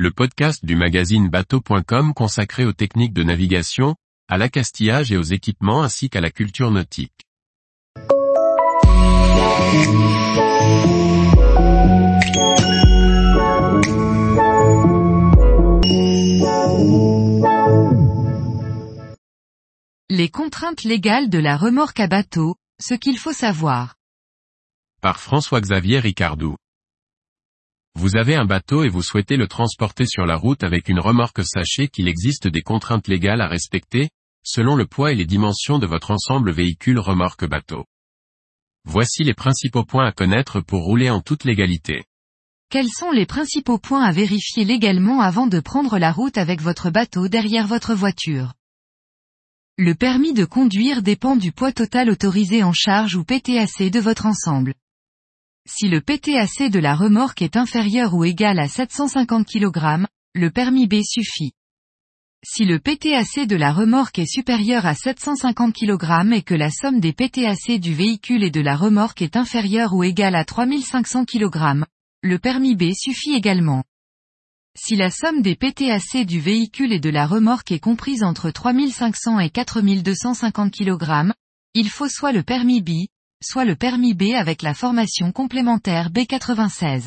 le podcast du magazine bateau.com consacré aux techniques de navigation, à l'accastillage et aux équipements ainsi qu'à la culture nautique. Les contraintes légales de la remorque à bateau, ce qu'il faut savoir. Par François-Xavier Ricardou. Vous avez un bateau et vous souhaitez le transporter sur la route avec une remorque. Sachez qu'il existe des contraintes légales à respecter, selon le poids et les dimensions de votre ensemble véhicule remorque bateau. Voici les principaux points à connaître pour rouler en toute légalité. Quels sont les principaux points à vérifier légalement avant de prendre la route avec votre bateau derrière votre voiture? Le permis de conduire dépend du poids total autorisé en charge ou PTAC de votre ensemble. Si le PTAC de la remorque est inférieur ou égal à 750 kg, le permis B suffit. Si le PTAC de la remorque est supérieur à 750 kg et que la somme des PTAC du véhicule et de la remorque est inférieure ou égale à 3500 kg, le permis B suffit également. Si la somme des PTAC du véhicule et de la remorque est comprise entre 3500 et 4250 kg, il faut soit le permis B, soit le permis B avec la formation complémentaire B96.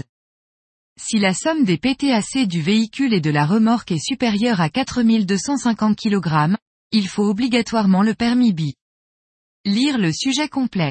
Si la somme des PTAC du véhicule et de la remorque est supérieure à 4250 kg, il faut obligatoirement le permis B. Lire le sujet complet.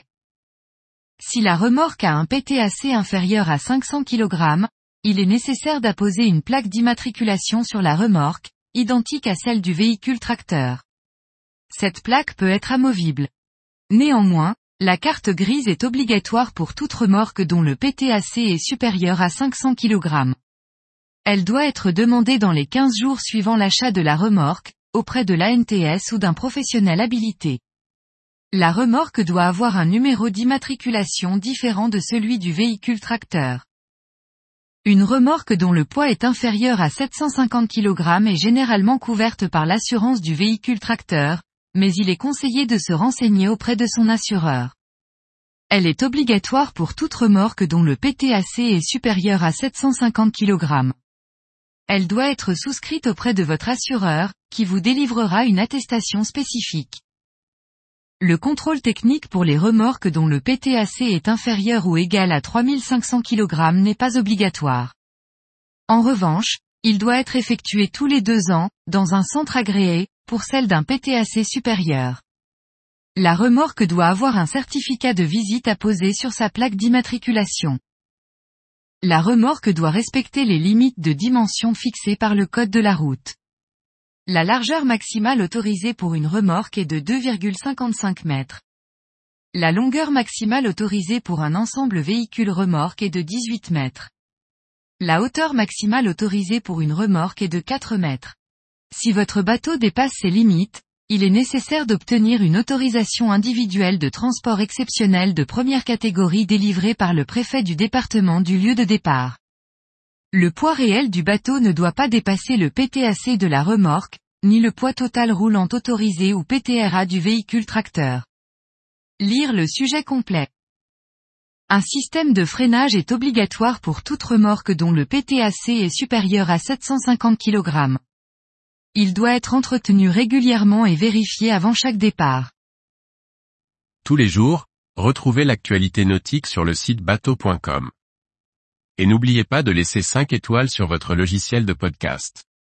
Si la remorque a un PTAC inférieur à 500 kg, il est nécessaire d'apposer une plaque d'immatriculation sur la remorque, identique à celle du véhicule tracteur. Cette plaque peut être amovible. Néanmoins, la carte grise est obligatoire pour toute remorque dont le PTAC est supérieur à 500 kg. Elle doit être demandée dans les 15 jours suivant l'achat de la remorque, auprès de l'ANTS ou d'un professionnel habilité. La remorque doit avoir un numéro d'immatriculation différent de celui du véhicule tracteur. Une remorque dont le poids est inférieur à 750 kg est généralement couverte par l'assurance du véhicule tracteur, mais il est conseillé de se renseigner auprès de son assureur. Elle est obligatoire pour toute remorque dont le PTAC est supérieur à 750 kg. Elle doit être souscrite auprès de votre assureur, qui vous délivrera une attestation spécifique. Le contrôle technique pour les remorques dont le PTAC est inférieur ou égal à 3500 kg n'est pas obligatoire. En revanche, il doit être effectué tous les 2 ans, dans un centre agréé, pour celle d'un PTAC supérieur. La remorque doit avoir un certificat de visite apposé sur sa plaque d'immatriculation. La remorque doit respecter les limites de dimension fixées par le code de la route. La largeur maximale autorisée pour une remorque est de 2,55 mètres. La longueur maximale autorisée pour un ensemble véhicule-remorque est de 18 mètres. La hauteur maximale autorisée pour une remorque est de 4 mètres. Si votre bateau dépasse ces limites, il est nécessaire d'obtenir une autorisation individuelle de transport exceptionnel de première catégorie délivrée par le préfet du département du lieu de départ. Le poids réel du bateau ne doit pas dépasser le PTAC de la remorque, ni le poids total roulant autorisé ou PTRA du véhicule tracteur. Lire le sujet complet. Un système de freinage est obligatoire pour toute remorque dont le PTAC est supérieur à 750 kg. Il doit être entretenu régulièrement et vérifié avant chaque départ. Tous les jours, retrouvez l'actualité nautique sur le site bateau.com. Et n'oubliez pas de laisser 5 étoiles sur votre logiciel de podcast.